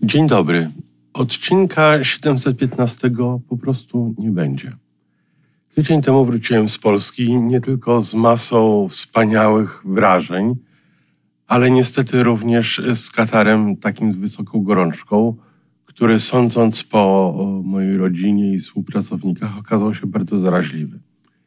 Dzień dobry. Odcinka 715 po prostu nie będzie. Tydzień temu wróciłem z Polski nie tylko z masą wspaniałych wrażeń, ale niestety również z katarem takim z wysoką gorączką, który sądząc po mojej rodzinie i współpracownikach okazał się bardzo zaraźliwy.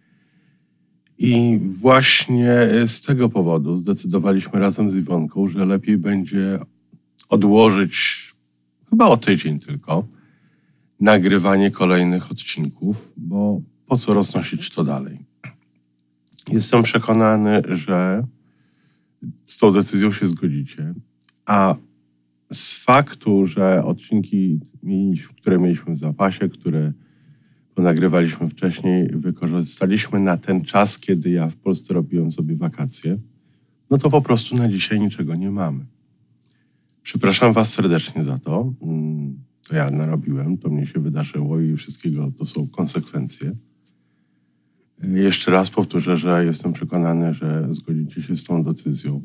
I właśnie z tego powodu zdecydowaliśmy razem z Iwonką, że lepiej będzie odłożyć chyba o tydzień tylko nagrywanie kolejnych odcinków, bo po co roznosić to dalej? Jestem przekonany, że z tą decyzją się zgodzicie, a z faktu, że odcinki, które mieliśmy w zapasie, które nagrywaliśmy wcześniej, wykorzystaliśmy na ten czas, kiedy ja w Polsce robiłem sobie wakacje, no to po prostu na dzisiaj niczego nie mamy. Przepraszam was serdecznie za to. To ja narobiłem, to mnie się wydarzyło i wszystkiego to są konsekwencje. Jeszcze raz powtórzę, że jestem przekonany, że zgodzicie się z tą decyzją.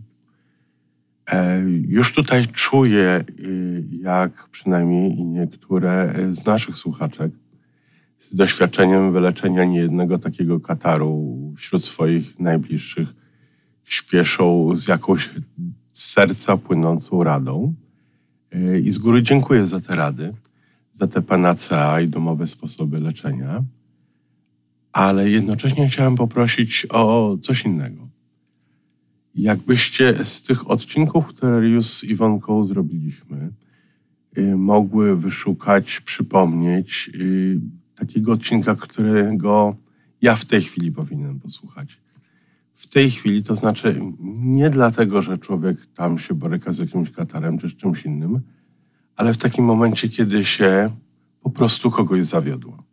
Już tutaj czuję, jak przynajmniej niektóre z naszych słuchaczek z doświadczeniem wyleczenia niejednego takiego kataru wśród swoich najbliższych śpieszą z jakąś z serca płynącą radą. I z góry dziękuję za te rady, za te panacea i domowe sposoby leczenia. Ale jednocześnie chciałem poprosić o coś innego. Jakbyście z tych odcinków, które już z Iwonką zrobiliśmy, mogły wyszukać, przypomnieć takiego odcinka, którego ja w tej chwili powinienem posłuchać. W tej chwili, to znaczy nie dlatego, że człowiek tam się boryka z jakimś katarem czy z czymś innym, ale w takim momencie, kiedy się po prostu kogoś zawiodło.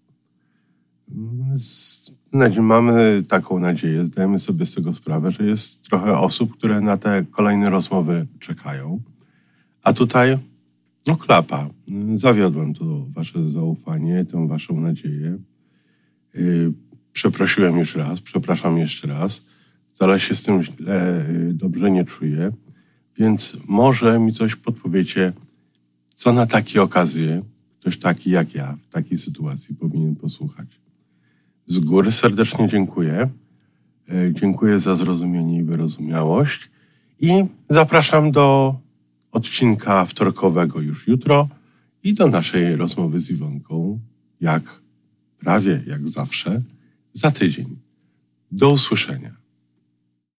Mamy taką nadzieję, zdajemy sobie z tego sprawę, że jest trochę osób, które na te kolejne rozmowy czekają. A tutaj, klapa. Zawiodłem to wasze zaufanie, tę waszą nadzieję. Przeprosiłem już raz, przepraszam jeszcze raz. Wcale się z tym źle, dobrze nie czuję, więc może mi coś podpowiecie, co na takie okazje ktoś taki jak ja w takiej sytuacji powinien posłuchać. Z góry serdecznie dziękuję. Dziękuję za zrozumienie i wyrozumiałość i zapraszam do odcinka wtorkowego już jutro i do naszej rozmowy z Iwonką, prawie jak zawsze, za tydzień. Do usłyszenia.